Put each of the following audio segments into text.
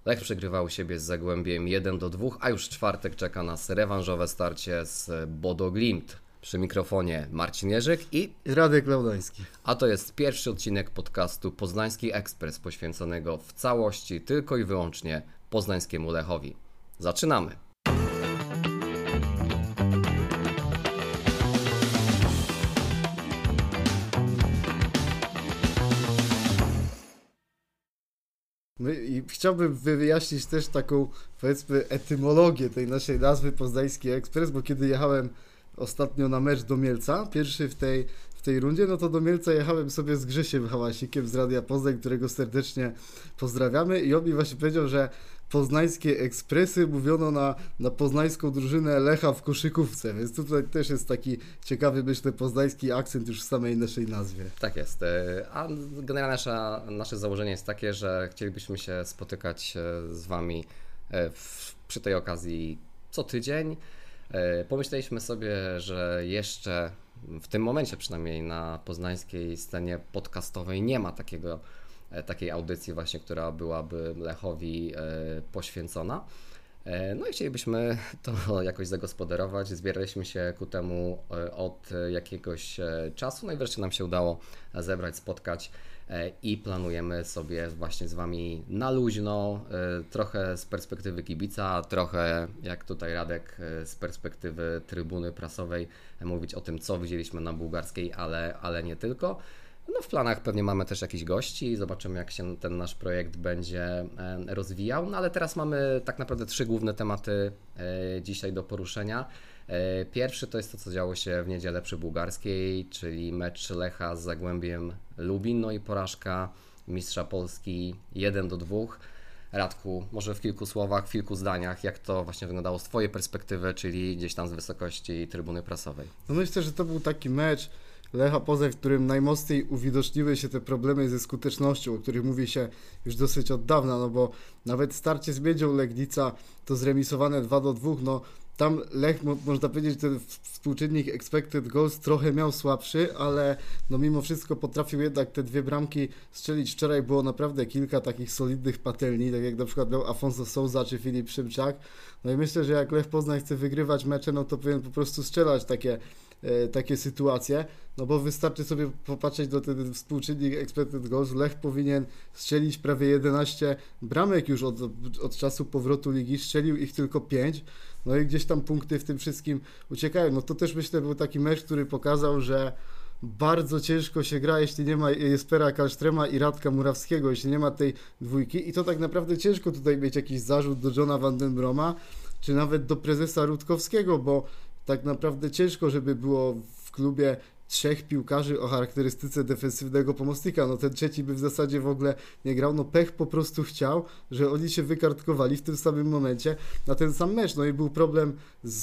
Lech przegrywał u siebie z Zagłębiem 1-2, a już w czwartek czeka nas rewanżowe starcie z Bodo Glimt. Przy mikrofonie Marcin Jerzyk i Radek Laudański. A to jest pierwszy odcinek podcastu Poznański Ekspres poświęconego w całości tylko i wyłącznie poznańskiemu Lechowi. Zaczynamy! I chciałbym wyjaśnić też taką, powiedzmy, etymologię tej naszej nazwy Poznański Ekspres, bo kiedy jechałem ostatnio na mecz do Mielca, pierwszy w tej rundzie, no to do Mielca jechałem sobie z Grzesiem Hałasikiem z Radia Poznań, którego serdecznie pozdrawiamy, i on mi właśnie powiedział, że poznańskie ekspresy mówiono na poznańską drużynę Lecha w koszykówce, więc tutaj też jest taki ciekawy, myślę, poznański akcent już w samej naszej nazwie. Tak jest, a generalnie nasze założenie jest takie, że chcielibyśmy się spotykać z Wami przy tej okazji co tydzień. Pomyśleliśmy sobie, że jeszcze w tym momencie przynajmniej na poznańskiej scenie podcastowej nie ma takiej audycji właśnie, która byłaby Lechowi poświęcona. No i chcielibyśmy to jakoś zagospodarować. Zbieraliśmy się ku temu od jakiegoś czasu. No i wreszcie nam się udało zebrać, spotkać i planujemy sobie właśnie z Wami na luźno, trochę z perspektywy kibica, trochę jak tutaj Radek z perspektywy trybuny prasowej mówić o tym, co widzieliśmy na bułgarskiej, ale nie tylko. No w planach pewnie mamy też jakichś gości i zobaczymy, jak się ten nasz projekt będzie rozwijał. No ale teraz mamy tak naprawdę 3 główne tematy dzisiaj do poruszenia. Pierwszy to jest to, co działo się w niedzielę przy bułgarskiej, czyli mecz Lecha z Zagłębiem Lubin, no i porażka mistrza Polski 1-2. Radku, może w kilku słowach, w kilku zdaniach, jak to właśnie wyglądało z Twojej perspektywy, czyli gdzieś tam z wysokości trybuny prasowej? No myślę, że to był taki mecz Lecha Poznań, w którym najmocniej uwidoczniły się te problemy ze skutecznością, o których mówi się już dosyć od dawna, no bo nawet starcie z Miedzią Legnica to zremisowane 2-2, no tam Lech, można powiedzieć, ten współczynnik expected goals trochę miał słabszy, ale no mimo wszystko potrafił jednak te 2 bramki strzelić. Wczoraj było naprawdę kilka takich solidnych patelni, tak jak na przykład miał Afonso Souza czy Filip Szymczak. No i myślę, że jak Lech Poznań chce wygrywać mecze, no to powinien po prostu strzelać takie sytuacje, no bo wystarczy sobie popatrzeć do ten współczynnik expected goals. Lech powinien strzelić prawie 11 bramek już od czasu powrotu ligi, strzelił ich tylko 5, no i gdzieś tam punkty w tym wszystkim uciekają. No to też myślę był taki mecz, który pokazał, że bardzo ciężko się gra, jeśli nie ma Jespera Kallströma i Radka Murawskiego, jeśli nie ma tej dwójki, i to tak naprawdę ciężko tutaj mieć jakiś zarzut do Johna van den Broma, czy nawet do prezesa Rutkowskiego, bo tak naprawdę ciężko, żeby było w klubie 3 piłkarzy o charakterystyce defensywnego pomocnika. No ten trzeci by w zasadzie w ogóle nie grał. No pech po prostu chciał, że oni się wykartkowali w tym samym momencie na ten sam mecz. No i był problem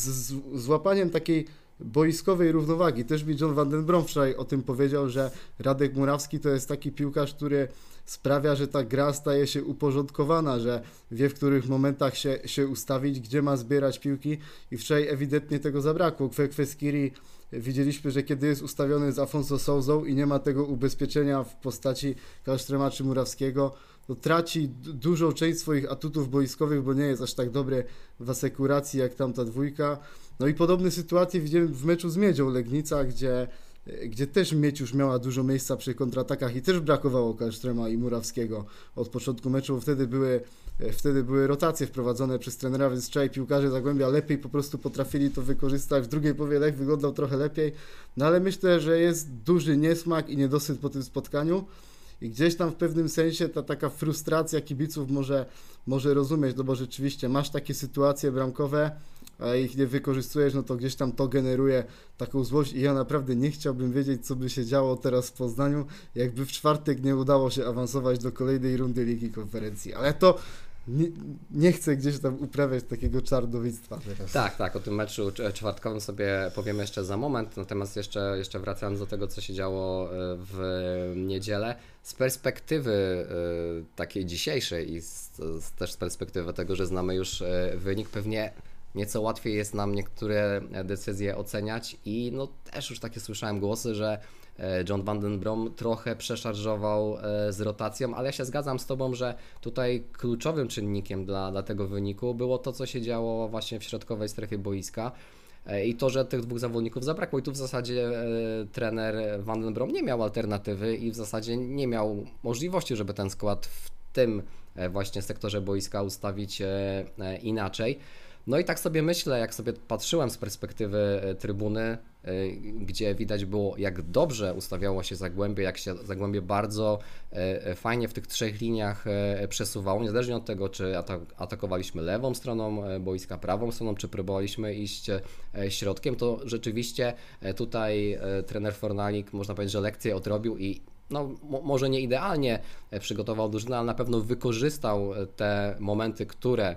z łapaniem takiej boiskowej równowagi. Też mi John van den Brom wczoraj o tym powiedział, że Radek Murawski to jest taki piłkarz, który sprawia, że ta gra staje się uporządkowana, że wie, w których momentach się ustawić, gdzie ma zbierać piłki, i wczoraj ewidentnie tego zabrakło. Kwesquiri widzieliśmy, że kiedy jest ustawiony z Afonso Souzą i nie ma tego ubezpieczenia w postaci Kallströma czy Murawskiego, to traci dużą część swoich atutów boiskowych, bo nie jest aż tak dobry w asekuracji jak tamta dwójka. No i podobne sytuacje widziałem w meczu z Miedzią Legnica, gdzie też Miedź już miała dużo miejsca przy kontratakach i też brakowało Kallströma i Murawskiego od początku meczu, bo wtedy były rotacje wprowadzone przez trenera, więc wczoraj piłkarze Zagłębia lepiej po prostu potrafili to wykorzystać. W drugiej połowie Lech wyglądał trochę lepiej, no ale myślę, że jest duży niesmak i niedosyt po tym spotkaniu. I gdzieś tam w pewnym sensie ta taka frustracja kibiców może rozumieć, no bo rzeczywiście masz takie sytuacje bramkowe, a ich nie wykorzystujesz, no to gdzieś tam to generuje taką złość, i ja naprawdę nie chciałbym wiedzieć, co by się działo teraz w Poznaniu, jakby w czwartek nie udało się awansować do kolejnej rundy Ligi Konferencji, ale to nie chcę gdzieś tam uprawiać takiego czarnowidztwa teraz. Tak, o tym meczu czwartkowym sobie powiemy jeszcze za moment, natomiast jeszcze wracając do tego, co się działo w niedzielę, z perspektywy takiej dzisiejszej i też z perspektywy tego, że znamy już wynik, pewnie nieco łatwiej jest nam niektóre decyzje oceniać i no też już takie słyszałem głosy, że John Van den Brom trochę przeszarżował z rotacją, ale ja się zgadzam z Tobą, że tutaj kluczowym czynnikiem dla tego wyniku było to, co się działo właśnie w środkowej strefie boiska i to, że tych dwóch zawodników zabrakło i tu w zasadzie trener Van den Brom nie miał alternatywy i w zasadzie nie miał możliwości, żeby ten skład w tym właśnie sektorze boiska ustawić inaczej. No i tak sobie myślę, jak sobie patrzyłem z perspektywy trybuny, gdzie widać było, jak dobrze ustawiało się Zagłębie, jak się Zagłębie bardzo fajnie w tych trzech liniach przesuwało, niezależnie od tego, czy atakowaliśmy lewą stroną boiska, prawą stroną, czy próbowaliśmy iść środkiem, to rzeczywiście tutaj trener Fornalik, można powiedzieć, że lekcję odrobił i no, może nie idealnie przygotował drużynę, ale na pewno wykorzystał te momenty, które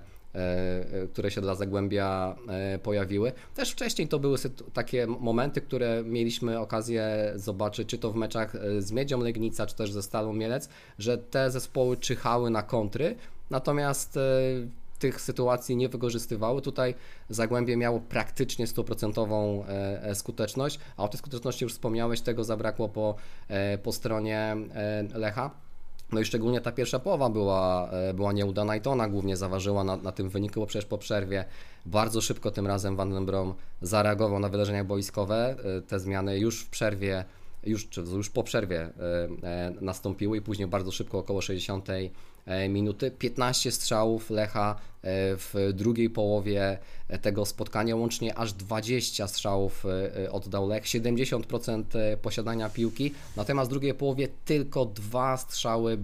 się dla Zagłębia pojawiły. Też wcześniej to były takie momenty, które mieliśmy okazję zobaczyć, czy to w meczach z Miedzią Legnica, czy też ze Stalą Mielec, że te zespoły czyhały na kontry, natomiast tych sytuacji nie wykorzystywały. Tutaj Zagłębie miało praktycznie 100% skuteczność, a o tej skuteczności już wspomniałeś, tego zabrakło po stronie Lecha. No i szczególnie ta pierwsza połowa była nieudana i to ona głównie zaważyła na tym wyniku, bo przecież po przerwie bardzo szybko tym razem Van den Brom zareagował na wydarzenia boiskowe. Te zmiany już w przerwie, już po przerwie nastąpiły i później bardzo szybko, około 60 minuty. 15 strzałów Lecha w drugiej połowie tego spotkania, łącznie aż 20 strzałów oddał Lech, 70% posiadania piłki, natomiast w drugiej połowie tylko 2 strzały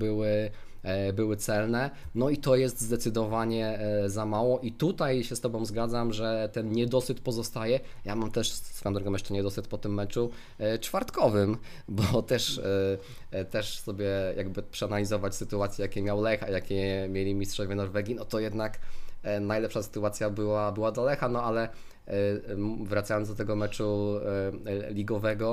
były celne, no i to jest zdecydowanie za mało i tutaj się z Tobą zgadzam, że ten niedosyt pozostaje. Ja mam też swoją drogą jeszcze niedosyt po tym meczu czwartkowym, bo też sobie jakby przeanalizować sytuacje, jakie miał Lech, a jakie mieli mistrzowie Norwegii, no to jednak najlepsza sytuacja była dla Lecha, no ale wracając do tego meczu ligowego,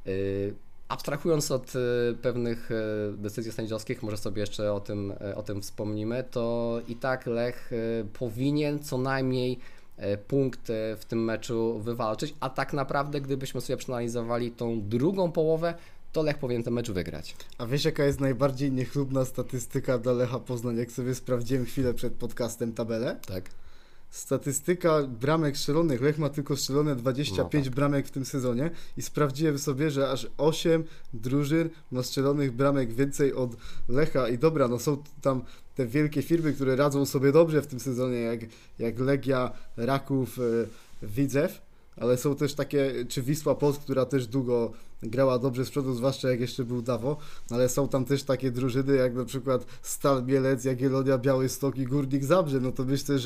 abstrahując od pewnych decyzji sędziowskich, może sobie jeszcze o tym wspomnimy, to i tak Lech powinien co najmniej punkt w tym meczu wywalczyć, a tak naprawdę gdybyśmy sobie przeanalizowali tą drugą połowę, to Lech powinien ten mecz wygrać. A wiesz, jaka jest najbardziej niechlubna statystyka dla Lecha Poznań, jak sobie sprawdziłem chwilę przed podcastem tabelę? Tak. Statystyka bramek strzelonych. Lech ma tylko strzelone 25 bramek w tym sezonie i sprawdziłem sobie, że aż 8 drużyn ma strzelonych bramek więcej od Lecha i dobra, no są tam te wielkie firmy, które radzą sobie dobrze w tym sezonie, jak Legia, Raków, Widzew, ale są też takie, czy Wisła Płock, która też długo grała dobrze z przodu, zwłaszcza jak jeszcze był Dawo, ale są tam też takie drużyny jak na przykład Stal Mielec, Jagiellonia, Białystok i Górnik Zabrze, no to myślę,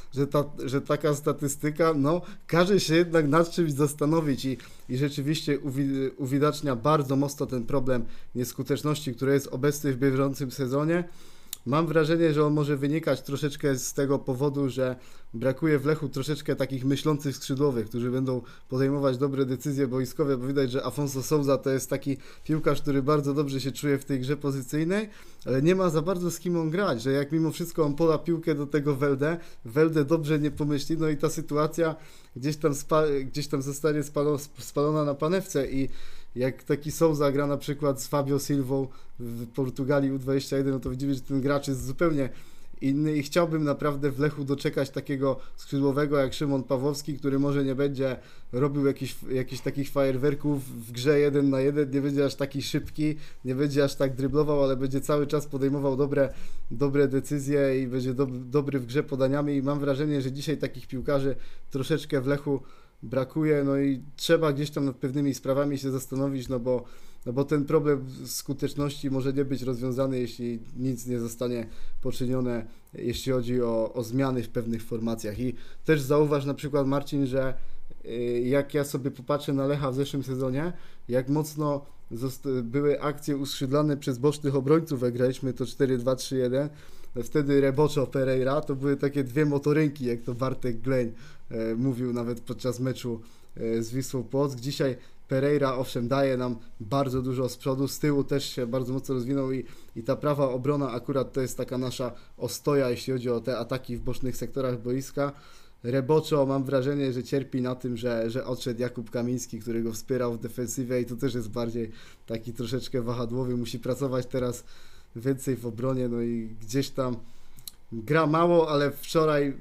że taka statystyka, no każe się jednak nad czymś zastanowić i rzeczywiście uwidacznia bardzo mocno ten problem nieskuteczności, który jest obecny w bieżącym sezonie. Mam wrażenie, że on może wynikać troszeczkę z tego powodu, że brakuje w Lechu troszeczkę takich myślących skrzydłowych, którzy będą podejmować dobre decyzje boiskowe, bo widać, że Afonso Sousa to jest taki piłkarz, który bardzo dobrze się czuje w tej grze pozycyjnej, ale nie ma za bardzo z kim on grać, że jak mimo wszystko on poda piłkę do tego Welde dobrze nie pomyśli, no i ta sytuacja gdzieś tam zostanie spalona na panewce i jak taki Sousa gra na przykład z Fabio Silvą w Portugalii U21, no to widzimy, że ten gracz jest zupełnie inny i chciałbym naprawdę w Lechu doczekać takiego skrzydłowego jak Szymon Pawłowski, który może nie będzie robił jakichś takich fajerwerków w grze 1 na 1, nie będzie aż taki szybki, nie będzie aż tak dryblował, ale będzie cały czas podejmował dobre decyzje i będzie dobry w grze podaniami i mam wrażenie, że dzisiaj takich piłkarzy troszeczkę w Lechu brakuje, no i trzeba gdzieś tam nad pewnymi sprawami się zastanowić, no bo ten problem skuteczności może nie być rozwiązany, jeśli nic nie zostanie poczynione, jeśli chodzi o zmiany w pewnych formacjach. I też zauważ na przykład, Marcin, że jak ja sobie popatrzę na Lecha w zeszłym sezonie, jak mocno były akcje uskrzydlane przez bocznych obrońców, jak graliśmy to 4-2-3-1, wtedy Reboczo, Pereira, to były takie dwie motorynki, jak to Bartek Gleń mówił nawet podczas meczu z Wisłą Płock. Dzisiaj Pereira owszem daje nam bardzo dużo z przodu, z tyłu też się bardzo mocno rozwinął i ta prawa obrona akurat to jest taka nasza ostoja, jeśli chodzi o te ataki w bocznych sektorach boiska. Reboczo mam wrażenie, że cierpi na tym, że odszedł Jakub Kamiński, który go wspierał w defensywie i to też jest bardziej taki troszeczkę wahadłowy, musi pracować teraz więcej w obronie, no i gdzieś tam gra mało, ale wczoraj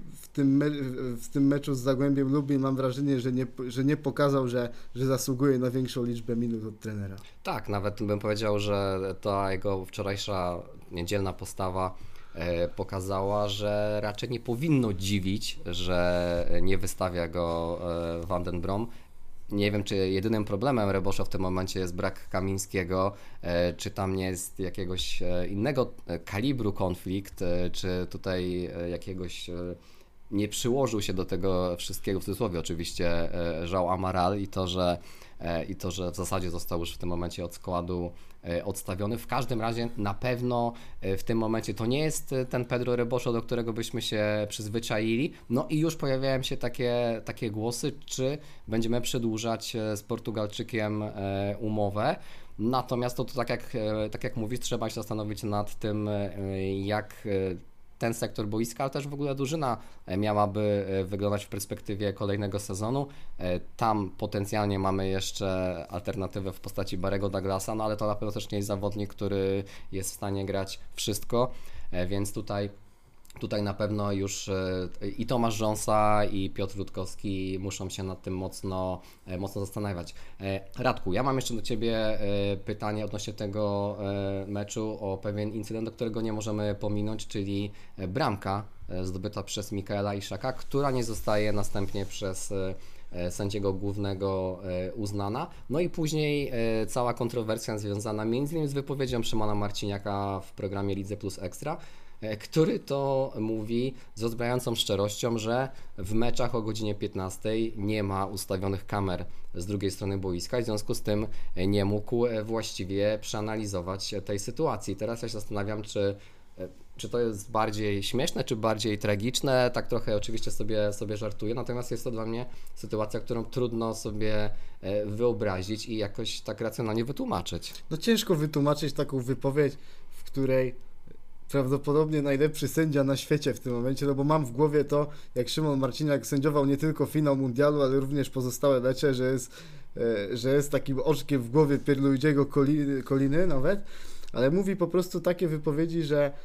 w tym meczu z Zagłębiem Lubin mam wrażenie, że nie pokazał, że zasługuje na większą liczbę minut od trenera. Tak, nawet bym powiedział, że ta jego wczorajsza niedzielna postawa pokazała, że raczej nie powinno dziwić, że nie wystawia go Van den Brom. Nie wiem, czy jedynym problemem Rebosza w tym momencie jest brak Kamińskiego, czy tam nie jest jakiegoś innego kalibru konflikt, czy tutaj jakiegoś nie przyłożył się do tego wszystkiego, w cudzysłowie oczywiście, João Amaral i to, że w zasadzie został już w tym momencie od składu odstawiony. W każdym razie na pewno w tym momencie to nie jest ten Pedro Reboszo, do którego byśmy się przyzwyczaili. No i już pojawiają się takie głosy, czy będziemy przedłużać z Portugalczykiem umowę. Natomiast to tak jak mówisz, trzeba się zastanowić nad tym, jak ten sektor boiska, ale też w ogóle drużyna miałaby wyglądać w perspektywie kolejnego sezonu. Tam potencjalnie mamy jeszcze alternatywę w postaci Barrego Douglasa, no ale to na pewno też nie jest zawodnik, który jest w stanie grać wszystko, więc tutaj na pewno już i Tomasz Rząsa, i Piotr Rutkowski muszą się nad tym mocno zastanawiać. Radku, ja mam jeszcze do Ciebie pytanie odnośnie tego meczu o pewien incydent, do którego nie możemy pominąć, czyli bramka zdobyta przez Mikaela Iszaka, która nie zostaje następnie przez sędziego głównego uznana. No i później cała kontrowersja związana m.in. z wypowiedzią Szymona Marciniaka w programie Lidze Plus Ekstra, który to mówi z rozbrajającą szczerością, że w meczach o godzinie 15 nie ma ustawionych kamer z drugiej strony boiska i w związku z tym nie mógł właściwie przeanalizować tej sytuacji. Teraz ja się zastanawiam, czy to jest bardziej śmieszne, czy bardziej tragiczne. Tak trochę oczywiście sobie żartuję, natomiast jest to dla mnie sytuacja, którą trudno sobie wyobrazić i jakoś tak racjonalnie wytłumaczyć. No ciężko wytłumaczyć taką wypowiedź, w której prawdopodobnie najlepszy sędzia na świecie w tym momencie, no bo mam w głowie to, jak Szymon Marciniak sędziował nie tylko finał mundialu, ale również pozostałe mecze, że jest takim oczkiem w głowie Pierluigiego Coliny nawet, ale mówi po prostu takie wypowiedzi,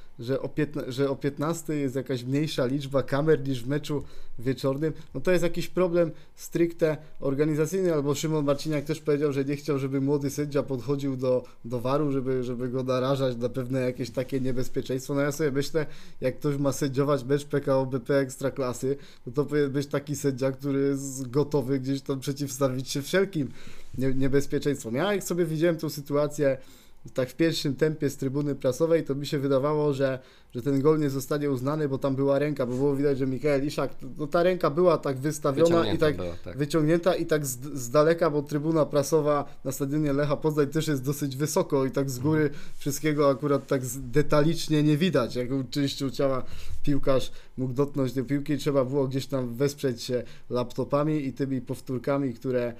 że o 15 jest jakaś mniejsza liczba kamer niż w meczu wieczornym. No to jest jakiś problem stricte organizacyjny, albo Szymon Marciniak też powiedział, że nie chciał, żeby młody sędzia podchodził do VAR-u, żeby go narażać na pewne jakieś takie niebezpieczeństwo. No ja sobie myślę, jak ktoś ma sędziować mecz PKO BP Ekstraklasy, no to powinien być taki sędzia, który jest gotowy gdzieś tam przeciwstawić się wszelkim niebezpieczeństwom. Ja jak sobie widziałem tą sytuację tak w pierwszym tempie z trybuny prasowej, to mi się wydawało, że ten gol nie zostanie uznany, bo tam była ręka, bo było widać, że Mikael Iszak, no ta ręka była tak wystawiona i tak wyciągnięta i tak z daleka, bo trybuna prasowa na stadionie Lecha Poznań też jest dosyć wysoko i tak z góry wszystkiego akurat tak detalicznie nie widać, jaką częścią ciała piłkarz mógł dotknąć do piłki, trzeba było gdzieś tam wesprzeć się laptopami i tymi powtórkami,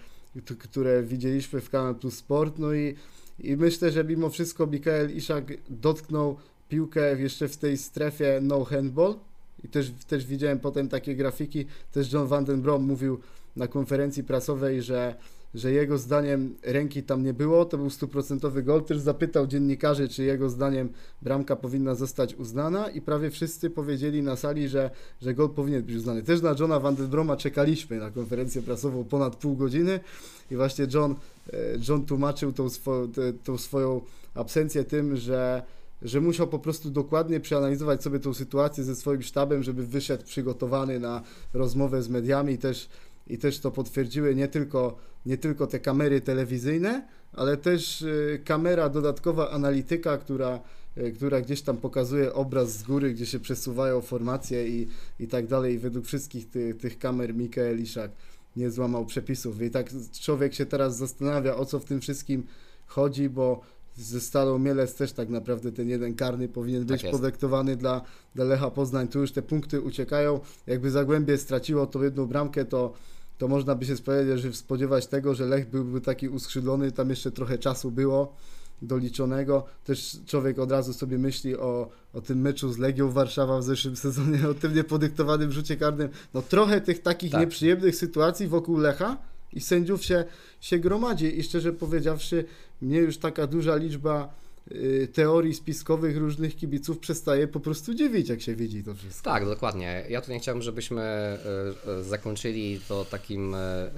które widzieliśmy w Kanal Plus Sport, no i myślę, że mimo wszystko Mikael Iszak dotknął piłkę jeszcze w tej strefie no handball i też widziałem potem takie grafiki, też John Van den Brom mówił na konferencji prasowej, że jego zdaniem ręki tam nie było, to był 100% gol, też zapytał dziennikarzy, czy jego zdaniem bramka powinna zostać uznana i prawie wszyscy powiedzieli na sali, że gol powinien być uznany. Też na Johna Van den Broma czekaliśmy na konferencję prasową ponad pół godziny i właśnie John tłumaczył tą swoją absencję tym, że musiał po prostu dokładnie przeanalizować sobie tą sytuację ze swoim sztabem, żeby wyszedł przygotowany na rozmowę z mediami i też to potwierdziły nie tylko te kamery telewizyjne, ale też kamera dodatkowa analityka, która gdzieś tam pokazuje obraz z góry, gdzie się przesuwają formacje i tak dalej. I według wszystkich tych kamer Mikael Iszak nie złamał przepisów. I tak człowiek się teraz zastanawia, o co w tym wszystkim chodzi, bo ze Stalą Mielec też tak naprawdę ten jeden karny powinien być podyktowany dla Lecha Poznań. Tu już te punkty uciekają. Jakby Zagłębie straciło tą jedną bramkę, to można by się spodziewać tego, że Lech byłby taki uskrzydlony, tam jeszcze trochę czasu było doliczonego. Też człowiek od razu sobie myśli o tym meczu z Legią Warszawa w zeszłym sezonie, o tym niepodyktowanym rzucie karnym. No trochę tych takich nieprzyjemnych sytuacji wokół Lecha i sędziów się gromadzi i szczerze powiedziawszy, mnie już taka duża liczba teorii spiskowych różnych kibiców przestaje po prostu dziwić, jak się widzi to wszystko. Tak, dokładnie. Ja tutaj chciałbym, żebyśmy zakończyli to takim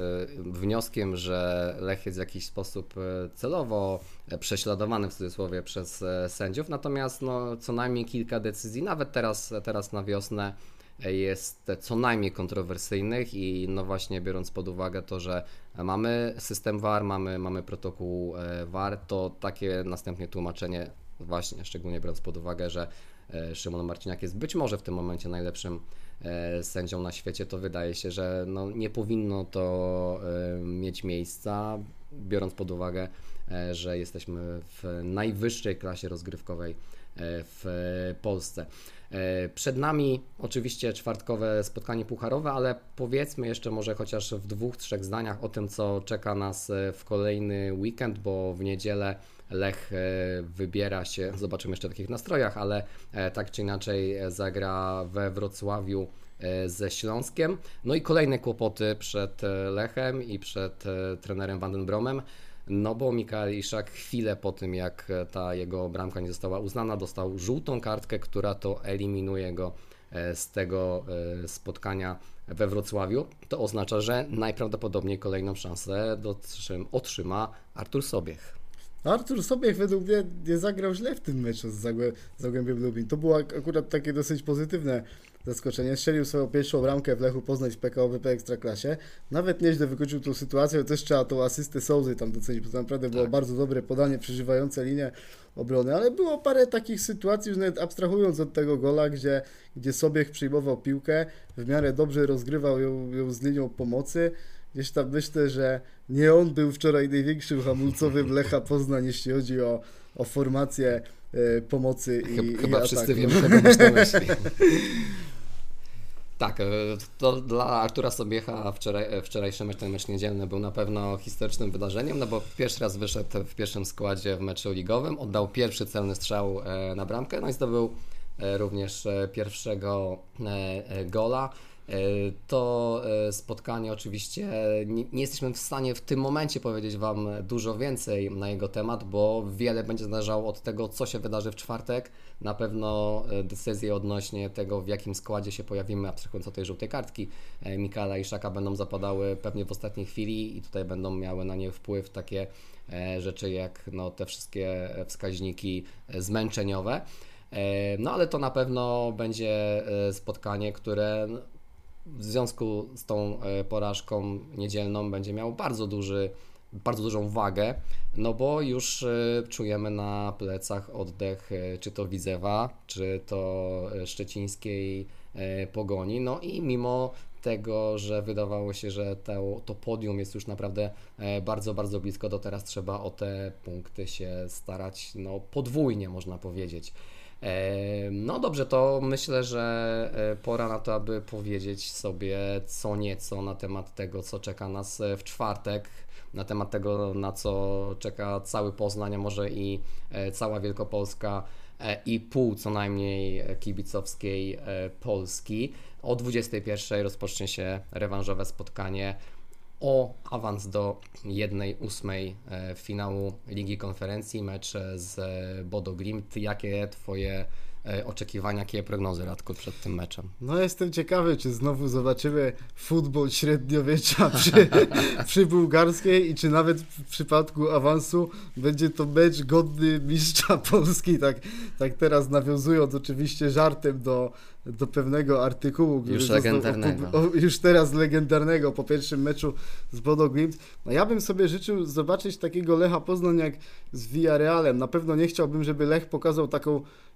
wnioskiem, że Lech jest w jakiś sposób celowo prześladowany w cudzysłowie przez sędziów, natomiast no, co najmniej kilka decyzji, nawet teraz na wiosnę, jest co najmniej kontrowersyjnych i no właśnie biorąc pod uwagę to, że mamy system VAR, mamy protokół VAR, to takie następnie tłumaczenie właśnie, szczególnie biorąc pod uwagę, że Szymon Marciniak jest być może w tym momencie najlepszym sędzią na świecie, to wydaje się, że no nie powinno to mieć miejsca, biorąc pod uwagę, że jesteśmy w najwyższej klasie rozgrywkowej w Polsce. Przed nami oczywiście czwartkowe spotkanie pucharowe, ale powiedzmy jeszcze może chociaż w 2-3 zdaniach o tym, co czeka nas w kolejny weekend, bo w niedzielę Lech wybiera się, zobaczymy jeszcze w jakich nastrojach, ale tak czy inaczej zagra we Wrocławiu ze Śląskiem. No i kolejne kłopoty przed Lechem i przed trenerem Van den Bromem. No bo Mikael Ishak chwilę po tym, jak ta jego bramka nie została uznana, dostał żółtą kartkę, która to eliminuje go z tego spotkania we Wrocławiu. To oznacza, że najprawdopodobniej kolejną szansę otrzyma Artur Sobiech. Artur Sobiech według mnie nie zagrał źle w tym meczu z Zagłębiem Lubin. To było akurat takie dosyć pozytywne zaskoczenie. Strzelił swoją pierwszą bramkę w Lechu Poznań w PKO BP Ekstraklasie. Nawet nieźle wykończył tą sytuację, też trzeba tą asystę Sołzy tam docenić, bo to naprawdę było bardzo dobre podanie, przeżywające linię obrony, ale było parę takich sytuacji, już nawet abstrahując od tego gola, gdzie Sobiech przyjmował piłkę, w miarę dobrze rozgrywał ją z linią pomocy. Gdzieś tam myślę, że nie on był wczoraj największym hamulcowym Lecha Poznań, jeśli chodzi o formację pomocy i Chyba ataku. wszyscy wiemy, kogo masz na myśli. Tak, to dla Artura Sobiecha wczorajszy mecz, ten mecz niedzielny był na pewno historycznym wydarzeniem, no bo pierwszy raz wyszedł w pierwszym składzie w meczu ligowym, oddał pierwszy celny strzał na bramkę, no i zdobył również pierwszego gola. To spotkanie oczywiście nie jesteśmy w stanie w tym momencie powiedzieć Wam dużo więcej na jego temat, bo wiele będzie zależało od tego, co się wydarzy w czwartek. Na pewno decyzje odnośnie tego, w jakim składzie się pojawimy, abstrahując od tej żółtej kartki Mikaela Ishaka, będą zapadały pewnie w ostatniej chwili i tutaj będą miały na nie wpływ takie rzeczy jak no, te wszystkie wskaźniki zmęczeniowe. No ale to na pewno będzie spotkanie, które w związku z tą porażką niedzielną będzie miał bardzo dużą wagę, no bo już czujemy na plecach oddech czy to Widzewa, czy to szczecińskiej Pogoni, no i mimo tego, że wydawało się, że to podium jest już naprawdę bardzo, bardzo blisko, to teraz trzeba o te punkty się starać, no podwójnie można powiedzieć. No dobrze, to myślę, że pora na to, aby powiedzieć sobie co nieco na temat tego, co czeka nas w czwartek, na temat tego, na co czeka cały Poznań, a może i cała Wielkopolska i pół co najmniej kibicowskiej Polski. O 21:00 rozpocznie się rewanżowe spotkanie o awans do 1/8 finału Ligi Konferencji, mecz z Bodo Glimt. Jakie Twoje oczekiwania, jakie prognozy, Radku, przed tym meczem? No jestem ciekawy, czy znowu zobaczymy futbol średniowiecza przy bułgarskiej i czy nawet w przypadku awansu będzie to mecz godny mistrza Polski, tak teraz nawiązując oczywiście żartem do pewnego artykułu, który już legendarnego. Już teraz legendarnego po pierwszym meczu z Bodo Glimt. No ja bym sobie życzył zobaczyć takiego Lecha Poznań jak z Villarrealem. Na pewno nie chciałbym, żeby Lech pokazał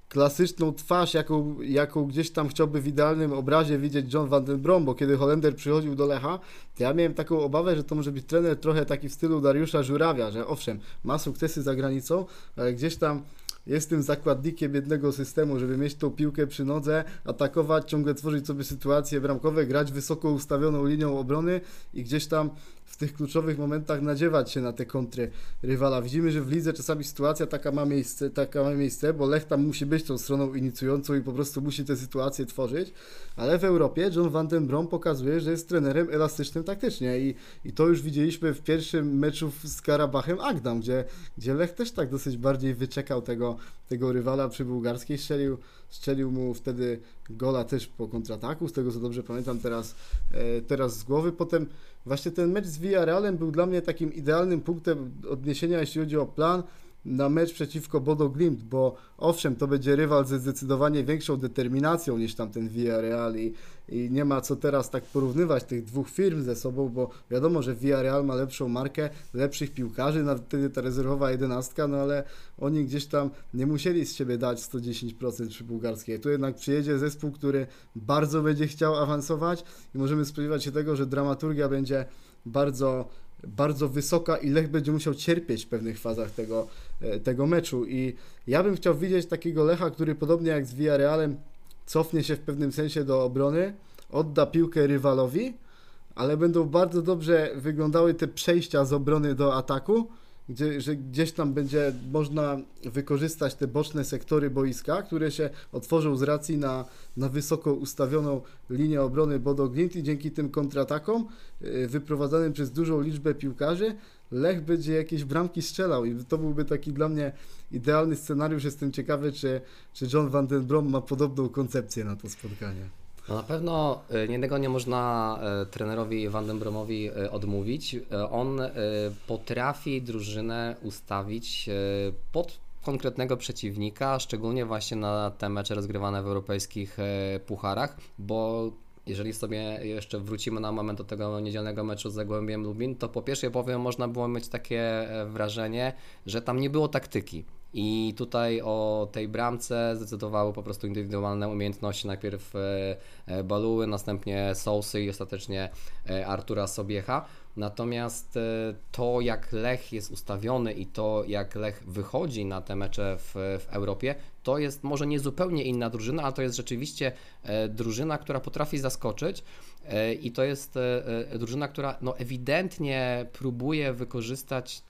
klasyczną twarz, jaką gdzieś tam chciałby w idealnym obrazie widzieć John van den Brom, bo kiedy Holender przychodził do Lecha, to ja miałem taką obawę, że to może być trener trochę taki w stylu Dariusza Żurawia, że owszem, ma sukcesy za granicą, ale gdzieś tam jest tym zakładnikiem jednego systemu, żeby mieć tą piłkę przy nodze, atakować, ciągle tworzyć sobie sytuacje bramkowe, grać wysoko ustawioną linią obrony i gdzieś tam w tych kluczowych momentach nadziewać się na te kontry rywala. Widzimy, że w lidze czasami sytuacja taka ma miejsce, bo Lech tam musi być tą stroną inicjującą i po prostu musi te sytuacje tworzyć, ale w Europie John van den Brom pokazuje, że jest trenerem elastycznym taktycznie i to już widzieliśmy w pierwszym meczu z Karabachem Agdam, gdzie Lech też tak dosyć bardziej wyczekał tego rywala przy bułgarskiej, strzelił mu wtedy gola też po kontrataku, z tego co dobrze pamiętam teraz z głowy. Potem właśnie ten mecz z Villarrealem był dla mnie takim idealnym punktem odniesienia, jeśli chodzi o plan na mecz przeciwko Bodo Glimt, bo owszem, to będzie rywal ze zdecydowanie większą determinacją niż tamten Villarreal i nie ma co teraz tak porównywać tych dwóch firm ze sobą, bo wiadomo, że Villarreal ma lepszą markę, lepszych piłkarzy, nawet wtedy ta rezerwowa 11, no ale oni gdzieś tam nie musieli z siebie dać 110% przy bułgarskiej. Tu jednak przyjedzie zespół, który bardzo będzie chciał awansować i możemy spodziewać się tego, że dramaturgia będzie bardzo wysoka i Lech będzie musiał cierpieć w pewnych fazach tego meczu i ja bym chciał widzieć takiego Lecha, który podobnie jak z Villarrealem cofnie się w pewnym sensie do obrony, odda piłkę rywalowi, ale będą bardzo dobrze wyglądały te przejścia z obrony do ataku, że gdzieś tam będzie można wykorzystać te boczne sektory boiska, które się otworzą z racji na wysoko ustawioną linię obrony Bodo Glimt i dzięki tym kontratakom wyprowadzanym przez dużą liczbę piłkarzy Lech będzie jakieś bramki strzelał i to byłby taki dla mnie idealny scenariusz. Jestem ciekawy, czy John van den Brom ma podobną koncepcję na to spotkanie. No na pewno jednego nie można trenerowi Van den Bromowi odmówić. On potrafi drużynę ustawić pod konkretnego przeciwnika, szczególnie właśnie na te mecze rozgrywane w europejskich pucharach, bo jeżeli sobie jeszcze wrócimy na moment do tego niedzielnego meczu z Zagłębiem Lubin, to po pierwszej połowie można było mieć takie wrażenie, że tam nie było taktyki. I tutaj o tej bramce zdecydowały po prostu indywidualne umiejętności. Najpierw Baluły, następnie Sousy i ostatecznie Artura Sobiecha. Natomiast to, jak Lech jest ustawiony i to, jak Lech wychodzi na te mecze w Europie, to jest może nie zupełnie inna drużyna, ale to jest rzeczywiście drużyna, która potrafi zaskoczyć i to jest drużyna, która no ewidentnie próbuje wykorzystać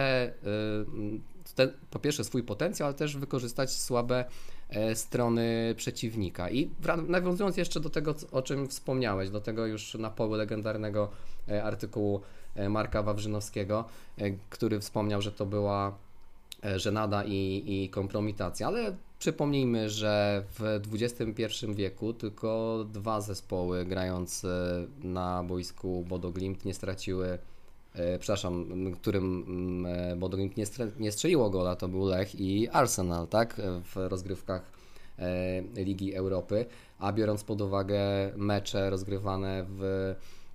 po pierwsze swój potencjał, ale też wykorzystać słabe strony przeciwnika. I nawiązując jeszcze do tego, o czym wspomniałeś, do tego już na poły legendarnego artykułu Marka Wawrzynowskiego, który wspomniał, że to była żenada i kompromitacja, ale przypomnijmy, że w XXI wieku tylko dwa zespoły grając na boisku Bodo Glimt nie straciły, którym Bodo Glimt nie strzeliło gola, to był Lech i Arsenal, tak, w rozgrywkach Ligi Europy, a biorąc pod uwagę mecze rozgrywane w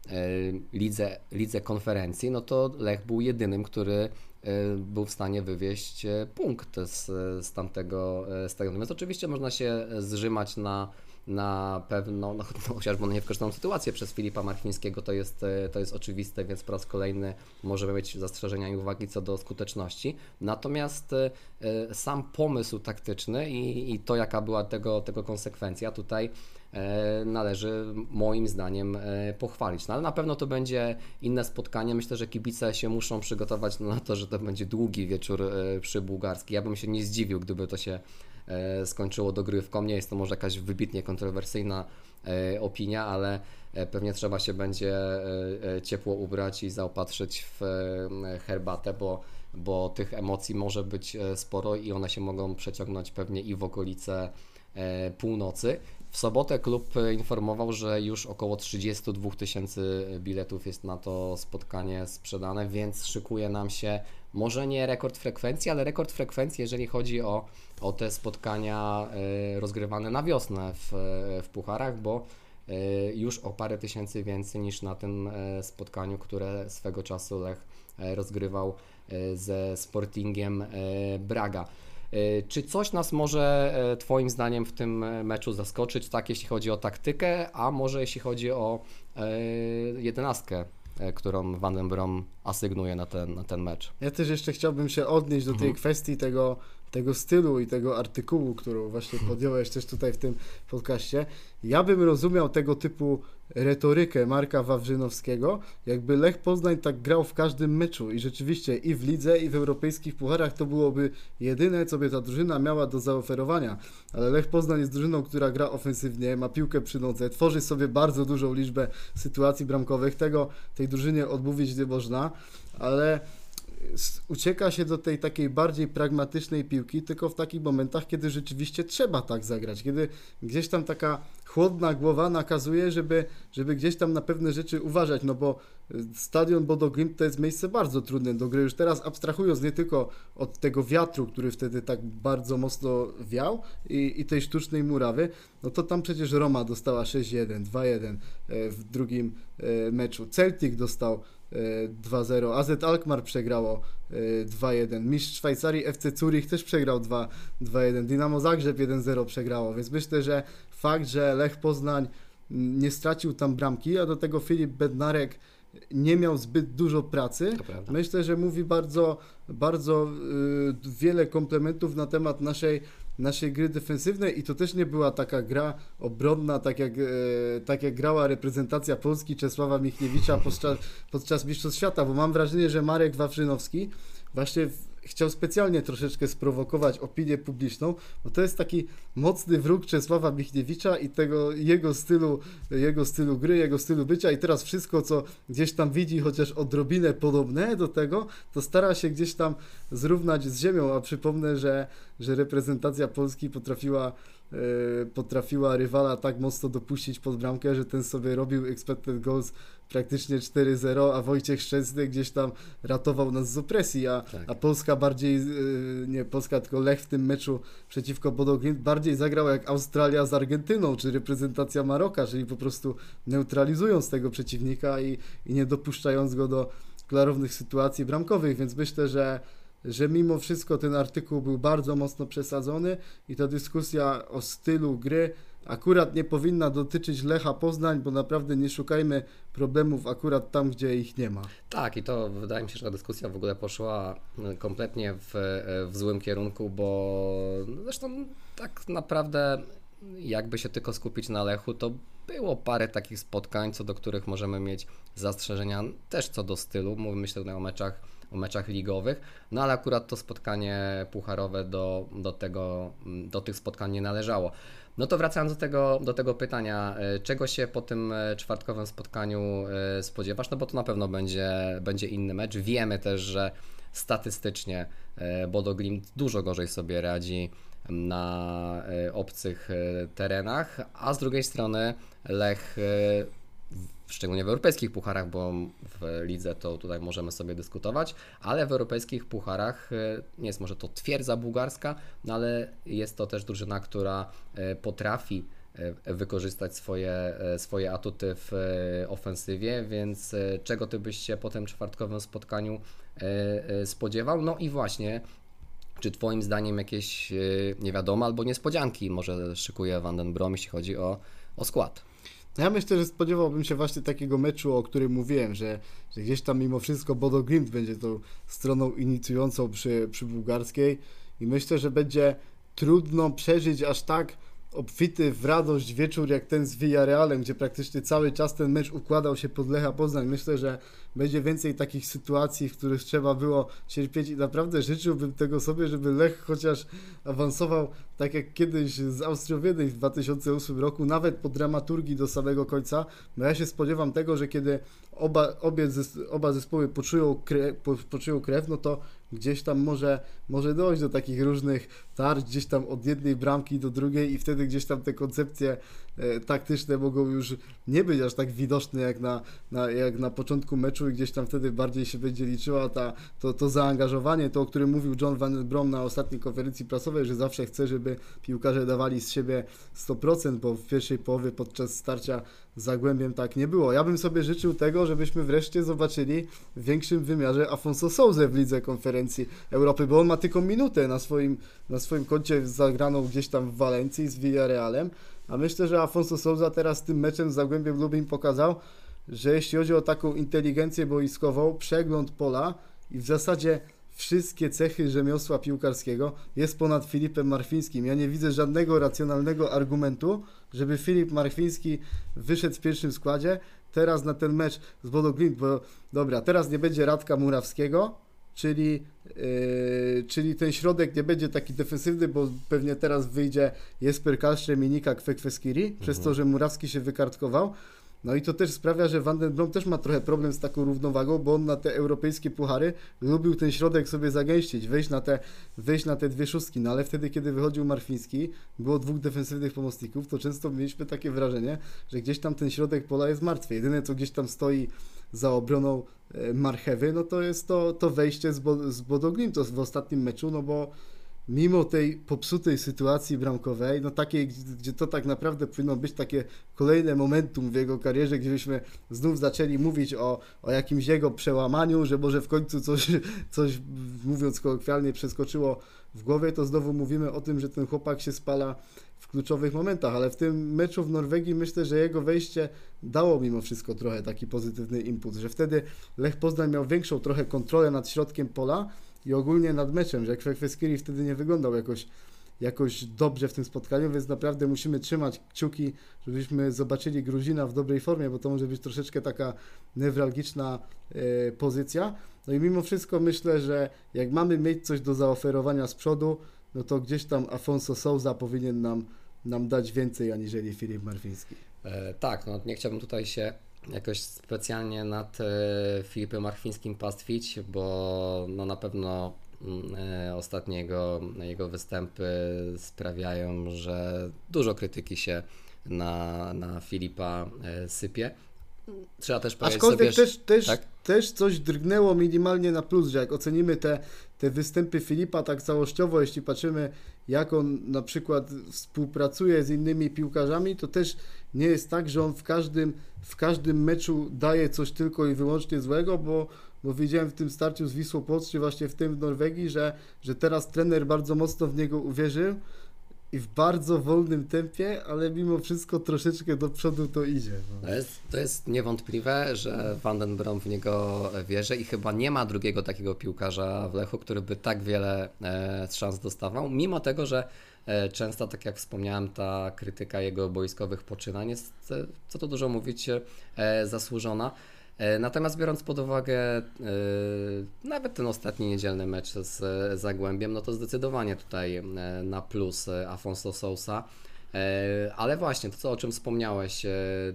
lidze konferencji, no to Lech był jedynym, który był w stanie wywieźć punkt z tamtego stadionu. Więc oczywiście można się zrzymać na pewno, chociażby na niewykorzystaną sytuację przez Filipa Marchińskiego, to jest oczywiste, więc po raz kolejny możemy mieć zastrzeżenia i uwagi co do skuteczności. Natomiast sam pomysł taktyczny i to, jaka była tego konsekwencja, tutaj należy moim zdaniem pochwalić. No, ale na pewno to będzie inne spotkanie. Myślę, że kibice się muszą przygotować na to, że to będzie długi wieczór przy bułgarskiej. Ja bym się nie zdziwił, gdyby to się skończyło dogrywką. Nie jest to może jakaś wybitnie kontrowersyjna opinia, ale pewnie trzeba się będzie ciepło ubrać i zaopatrzyć w herbatę, bo tych emocji może być sporo i one się mogą przeciągnąć pewnie i w okolice północy. W sobotę klub informował, że już około 32 000 biletów jest na to spotkanie sprzedane, więc szykuje nam się może nie rekord frekwencji, ale rekord frekwencji, jeżeli chodzi o te spotkania rozgrywane na wiosnę w pucharach, bo już o parę tysięcy więcej niż na tym spotkaniu, które swego czasu Lech rozgrywał ze Sportingiem Braga. Czy coś nas może Twoim zdaniem w tym meczu zaskoczyć, tak jeśli chodzi o taktykę, a może jeśli chodzi o jedenastkę, którą Van den Brom asygnuje na ten mecz? Ja też jeszcze chciałbym się odnieść do tej kwestii tego stylu i tego artykułu, którą właśnie podjąłeś też tutaj w tym podcaście. Ja bym rozumiał tego typu retorykę Marka Wawrzynowskiego, jakby Lech Poznań tak grał w każdym meczu i rzeczywiście i w lidze, i w europejskich pucharach to byłoby jedyne, co by ta drużyna miała do zaoferowania. Ale Lech Poznań jest drużyną, która gra ofensywnie, ma piłkę przy nodze, tworzy sobie bardzo dużą liczbę sytuacji bramkowych. Tego tej drużynie odmówić nie można, ale ucieka się do tej takiej bardziej pragmatycznej piłki tylko w takich momentach, kiedy rzeczywiście trzeba tak zagrać, kiedy gdzieś tam taka chłodna głowa nakazuje, żeby gdzieś tam na pewne rzeczy uważać, no bo stadion Bodo Glimt to jest miejsce bardzo trudne do gry, już teraz abstrahując nie tylko od tego wiatru, który wtedy tak bardzo mocno wiał i tej sztucznej murawy, no to tam przecież Roma dostała 6-1, 2-1 w drugim meczu, Celtic dostał 2-0, AZ Alkmaar przegrało 2-1, mistrz Szwajcarii FC Zurich też przegrał 2-1, Dynamo Zagrzeb 1-0 przegrało, więc myślę, że fakt, że Lech Poznań nie stracił tam bramki, a do tego Filip Bednarek nie miał zbyt dużo pracy, myślę, że mówi bardzo, bardzo wiele komplementów na temat naszej gry defensywnej i to też nie była taka gra obronna, tak jak grała reprezentacja Polski Czesława Michniewicza podczas Mistrzostw Świata, bo mam wrażenie, że Marek Wawrzynowski właśnie chciał specjalnie troszeczkę sprowokować opinię publiczną, bo to jest taki mocny wróg Czesława Michniewicza i tego jego stylu gry, jego stylu bycia i teraz wszystko, co gdzieś tam widzi, chociaż odrobinę podobne do tego, to stara się gdzieś tam zrównać z ziemią, a przypomnę, że reprezentacja Polski potrafiła rywala tak mocno dopuścić pod bramkę, że ten sobie robił expected goals praktycznie 4-0, a Wojciech Szczęsny gdzieś tam ratował nas z opresji, a Polska bardziej, nie Polska, tylko Lech w tym meczu przeciwko Bodo Glimt bardziej zagrał jak Australia z Argentyną, czy reprezentacja Maroka, czyli po prostu neutralizując tego przeciwnika i nie dopuszczając go do klarownych sytuacji bramkowych, więc myślę, że mimo wszystko ten artykuł był bardzo mocno przesadzony i ta dyskusja o stylu gry akurat nie powinna dotyczyć Lecha Poznań, bo naprawdę nie szukajmy problemów akurat tam, gdzie ich nie ma. Tak, i to wydaje mi się, że ta dyskusja w ogóle poszła kompletnie w złym kierunku, bo zresztą tak naprawdę jakby się tylko skupić na Lechu, to było parę takich spotkań, co do których możemy mieć zastrzeżenia też co do stylu, myślę tutaj o meczach ligowych, no ale akurat to spotkanie pucharowe do tych spotkań nie należało. No to wracając do tego pytania, czego się po tym czwartkowym spotkaniu spodziewasz, no bo to na pewno będzie inny mecz. Wiemy też, że statystycznie Bodo Glimt dużo gorzej sobie radzi na obcych terenach, a z drugiej strony Lech, szczególnie w europejskich pucharach, bo w lidze to tutaj możemy sobie dyskutować, ale w europejskich pucharach nie jest może to twierdza bułgarska, no ale jest to też drużyna, która potrafi wykorzystać swoje atuty w ofensywie, więc czego ty byś się po tym czwartkowym spotkaniu spodziewał? No i właśnie, czy twoim zdaniem jakieś niewiadome albo niespodzianki może szykuje Van den Brom, jeśli chodzi o skład? Ja myślę, że spodziewałbym się właśnie takiego meczu, o którym mówiłem, że gdzieś tam mimo wszystko Bodo Glimt będzie tą stroną inicjującą przy bułgarskiej i myślę, że będzie trudno przeżyć aż tak obfity w radość wieczór jak ten z Villarrealem, gdzie praktycznie cały czas ten mecz układał się pod Lecha Poznań. Myślę, że będzie więcej takich sytuacji, w których trzeba było cierpieć i naprawdę życzyłbym tego sobie, żeby Lech chociaż awansował tak jak kiedyś z Austrią Wiedeń w 2008 roku, nawet po dramaturgii do samego końca, bo ja się spodziewam tego, że kiedy oba zespoły poczują krew, no to gdzieś tam może dojść do takich różnych tarć, gdzieś tam od jednej bramki do drugiej i wtedy gdzieś tam te koncepcje taktyczne mogą już nie być aż tak widoczne jak na początku meczu i gdzieś tam wtedy bardziej się będzie liczyła to zaangażowanie, to o którym mówił John Van den Brom na ostatniej konferencji prasowej, że zawsze chce, żeby piłkarze dawali z siebie 100%, bo w pierwszej połowie podczas starcia z Zagłębiem tak nie było. Ja bym sobie życzył tego, żebyśmy wreszcie zobaczyli w większym wymiarze Afonso Sousę w Lidze Konferencji Europy, bo on ma tylko minutę na swoim koncie zagraną gdzieś tam w Walencji z Villarrealem, a myślę, że Afonso Sousa teraz tym meczem z Zagłębiem Lubin pokazał, że jeśli chodzi o taką inteligencję boiskową, przegląd pola i w zasadzie wszystkie cechy rzemiosła piłkarskiego jest ponad Filipem Marfińskim. Ja nie widzę żadnego racjonalnego argumentu, żeby Filip Marfiński wyszedł w pierwszym składzie teraz na ten mecz z Bodo Glimt, bo dobra, teraz nie będzie Radka Murawskiego, czyli ten środek nie będzie taki defensywny, bo pewnie teraz wyjdzie Jesper Karlström i Nika Kwekweskiri, przez to, że Murawski się wykartkował. No i to też sprawia, że Van den Brom też ma trochę problem z taką równowagą, bo on na te europejskie puchary lubił ten środek sobie zagęścić, wejść na te dwie szóstki, no ale wtedy, kiedy wychodził Marfiński, było dwóch defensywnych pomocników, to często mieliśmy takie wrażenie, że gdzieś tam ten środek pola jest martwy. Jedyne, co gdzieś tam stoi za obroną Marchewy, no to jest to wejście z Bodo Glimt w ostatnim meczu, no bo mimo tej popsutej sytuacji bramkowej, no takiej, gdzie to tak naprawdę powinno być takie kolejne momentum w jego karierze, gdzie byśmy znów zaczęli mówić o jakimś jego przełamaniu, że może w końcu coś mówiąc kolokwialnie przeskoczyło w głowie, to znowu mówimy o tym, że ten chłopak się spala w kluczowych momentach, ale w tym meczu w Norwegii myślę, że jego wejście dało mimo wszystko trochę taki pozytywny impuls, że wtedy Lech Poznań miał większą trochę kontrolę nad środkiem pola i ogólnie nad meczem, że Kwekweskiri wtedy nie wyglądał jakoś dobrze w tym spotkaniu, więc naprawdę musimy trzymać kciuki, żebyśmy zobaczyli Gruzina w dobrej formie, bo to może być troszeczkę taka newralgiczna pozycja. No i mimo wszystko myślę, że jak mamy mieć coś do zaoferowania z przodu, no to gdzieś tam Afonso Sousa powinien nam dać więcej aniżeli Filip Marfiński. Tak, no nie chciałbym tutaj się jakoś specjalnie nad Filipem Marfińskim pastwić, bo no na pewno ostatnie jego występy sprawiają, że dużo krytyki się na Filipa sypie. Trzeba też powiedzieć aczkolwiek sobie, też coś drgnęło minimalnie na plus, że jak ocenimy te występy Filipa tak całościowo, jeśli patrzymy jak on na przykład współpracuje z innymi piłkarzami, to też nie jest tak, że on w każdym meczu daje coś tylko i wyłącznie złego, bo widziałem w tym starciu z Wisłą Płock, czy właśnie w tym w Norwegii, że teraz trener bardzo mocno w niego uwierzył i w bardzo wolnym tempie, ale mimo wszystko troszeczkę do przodu to idzie. No. To jest niewątpliwe, że Van den Brom w niego wierzy i chyba nie ma drugiego takiego piłkarza w Lechu, który by tak wiele szans dostawał, mimo tego, że często, tak jak wspomniałem, ta krytyka jego boiskowych poczynań jest, co tu dużo mówić, zasłużona. Natomiast biorąc pod uwagę nawet ten ostatni niedzielny mecz z Zagłębiem, no to zdecydowanie tutaj na plus Afonso Sousa. Ale właśnie to, o czym wspomniałeś,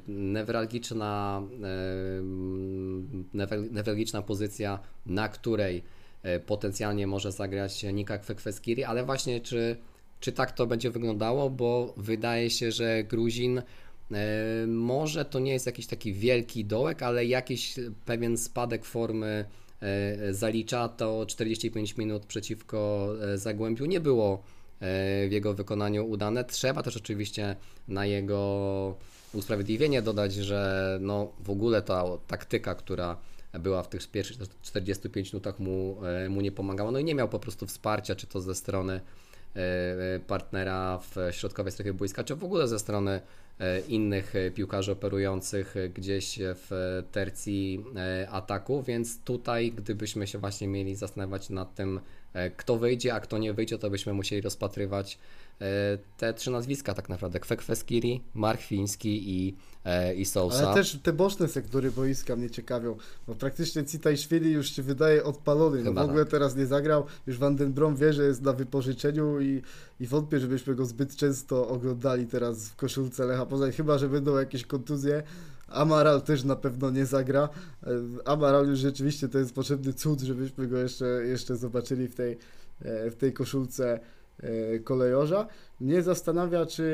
newralgiczna pozycja, na której potencjalnie może zagrać Nika Kwekweskiri, ale właśnie czy tak to będzie wyglądało, bo wydaje się, że Gruzin może to nie jest jakiś taki wielki dołek, ale jakiś pewien spadek formy zalicza. To 45 minut przeciwko Zagłębiu nie było w jego wykonaniu udane. Trzeba też oczywiście na jego usprawiedliwienie dodać, że no w ogóle ta taktyka, która była w tych pierwszych 45 minutach mu nie pomagała. No i nie miał po prostu wsparcia, czy to ze strony partnera w środkowej strefie boiska, czy w ogóle ze strony innych piłkarzy operujących gdzieś w tercji ataku, więc tutaj gdybyśmy się właśnie mieli zastanawiać nad tym, kto wyjdzie, a kto nie wyjdzie, to byśmy musieli rozpatrywać te trzy nazwiska tak naprawdę: Kwekweskiri, Marfiński i Sousa. Ale też te boczne sektory boiska mnie ciekawią, bo praktycznie Citajszwili już się wydaje odpalony, no w ogóle tak. Teraz nie zagrał, już Van den Brom wie, że jest na wypożyczeniu i wątpię, żebyśmy go zbyt często oglądali teraz w koszulce Lecha Poznań, chyba że będą jakieś kontuzje. Amaral też na pewno nie zagra. Amaral już rzeczywiście to jest potrzebny cud, żebyśmy go jeszcze zobaczyli w tej koszulce kolejorza. Mnie zastanawia,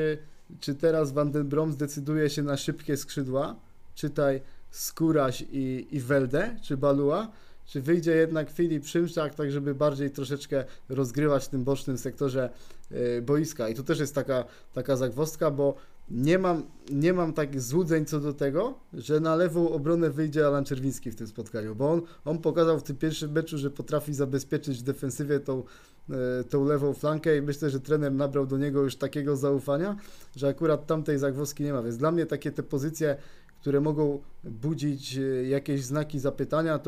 czy teraz Van den Brom zdecyduje się na szybkie skrzydła, czytaj Skóraś i Welde, czy Balua, czy wyjdzie jednak Filip Szymczak, tak żeby bardziej troszeczkę rozgrywać w tym bocznym sektorze boiska. I tu też jest taka zagwozdka, bo nie mam takich złudzeń co do tego, że na lewą obronę wyjdzie Alan Czerwiński w tym spotkaniu, bo on pokazał w tym pierwszym meczu, że potrafi zabezpieczyć w defensywie tą lewą flankę i myślę, że trener nabrał do niego już takiego zaufania, że akurat tamtej zagwozdki nie ma. Więc dla mnie takie te pozycje, które mogą budzić jakieś znaki zapytania,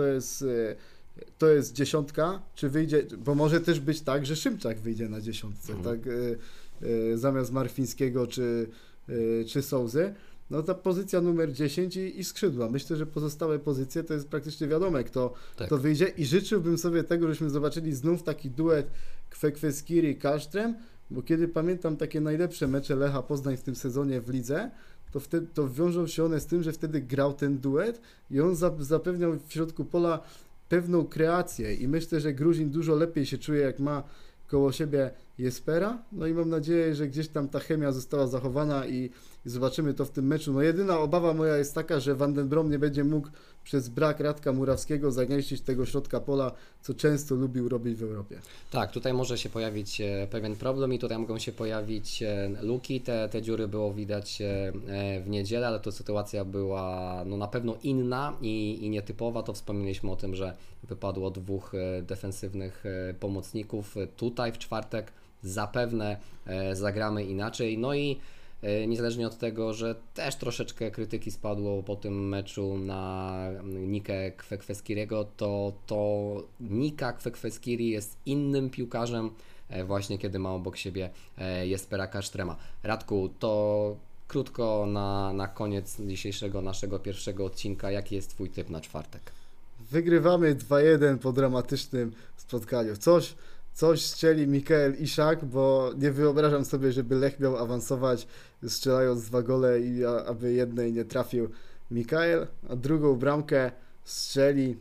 to jest dziesiątka, czy wyjdzie, bo może też być tak, że Szymczak wyjdzie na dziesiątce, tak, zamiast Marfińskiego czy Souzy. No ta pozycja numer 10 i skrzydła. Myślę, że pozostałe pozycje to jest praktycznie wiadome, kto wyjdzie i życzyłbym sobie tego, żebyśmy zobaczyli znów taki duet Kwekwe-Skiri-Kallström, bo kiedy pamiętam takie najlepsze mecze Lecha Poznań w tym sezonie w lidze, to wiążą się one z tym, że wtedy grał ten duet i on zapewniał w środku pola pewną kreację i myślę, że Gruzin dużo lepiej się czuje, jak ma koło siebie Jespera, no i mam nadzieję, że gdzieś tam ta chemia została zachowana i zobaczymy to w tym meczu. No jedyna obawa moja jest taka, że Van den Brom nie będzie mógł przez brak Radka Murawskiego zagęścić tego środka pola, co często lubił robić w Europie. Tak, tutaj może się pojawić pewien problem i tutaj mogą się pojawić luki, te dziury było widać w niedzielę, ale to sytuacja była no, na pewno inna i nietypowa, to wspomnieliśmy o tym, że wypadło 2 defensywnych pomocników, tutaj w czwartek zapewne zagramy inaczej, no i niezależnie od tego, że też troszeczkę krytyki spadło po tym meczu na Nikę Kwekwe-Skiriego, to Nika Kwekwe-Skiri jest innym piłkarzem właśnie kiedy ma obok siebie Jespera Kallströma. Radku, to krótko na koniec dzisiejszego naszego pierwszego odcinka, jaki jest Twój typ na czwartek? Wygrywamy 2-1 po dramatycznym spotkaniu. Coś strzeli Mikael Iszak, bo nie wyobrażam sobie, żeby Lech miał awansować strzelając 2 gole i aby jednej nie trafił Mikael, a drugą bramkę strzeli.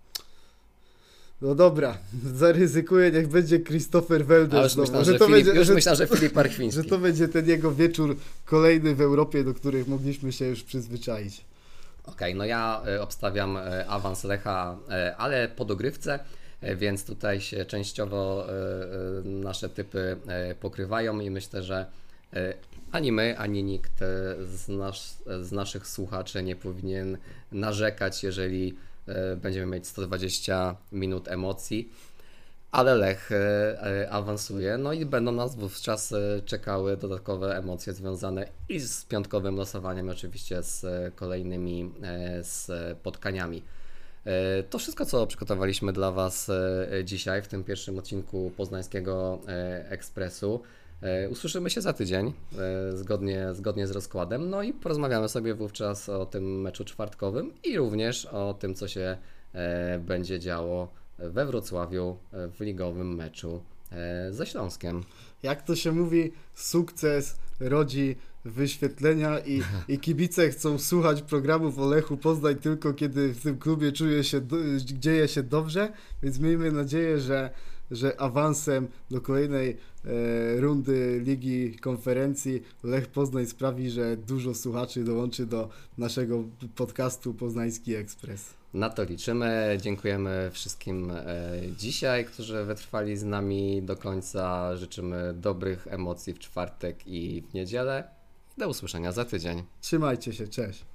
No dobra, zaryzykuję, niech będzie Christopher Welde. Już myślałem, że Filip Parchwiński. Że to będzie ten jego wieczór kolejny w Europie, do których mogliśmy się już przyzwyczaić. Okej, no ja obstawiam awans Lecha, ale po dogrywce, więc tutaj się częściowo nasze typy pokrywają i myślę, że ani my, ani nikt z naszych słuchaczy nie powinien narzekać, jeżeli będziemy mieć 120 minut emocji, ale Lech awansuje, no i będą nas wówczas czekały dodatkowe emocje związane i z piątkowym losowaniem, oczywiście z kolejnymi spotkaniami. To wszystko, co przygotowaliśmy dla Was dzisiaj w tym pierwszym odcinku Poznańskiego Ekspresu. Usłyszymy się za tydzień, zgodnie z rozkładem, no i porozmawiamy sobie wówczas o tym meczu czwartkowym i również o tym, co się będzie działo we Wrocławiu w ligowym meczu ze Śląskiem. Jak to się mówi, sukces rodzi wyświetlenia i kibice chcą słuchać programów o Lechu Poznań tylko kiedy w tym klubie dzieje się dobrze, więc miejmy nadzieję, że awansem do kolejnej rundy Ligi Konferencji Lech Poznań sprawi, że dużo słuchaczy dołączy do naszego podcastu Poznański Ekspres. Na to liczymy. Dziękujemy wszystkim dzisiaj, którzy wytrwali z nami do końca. Życzymy dobrych emocji w czwartek i w niedzielę. Do usłyszenia za tydzień. Trzymajcie się, cześć.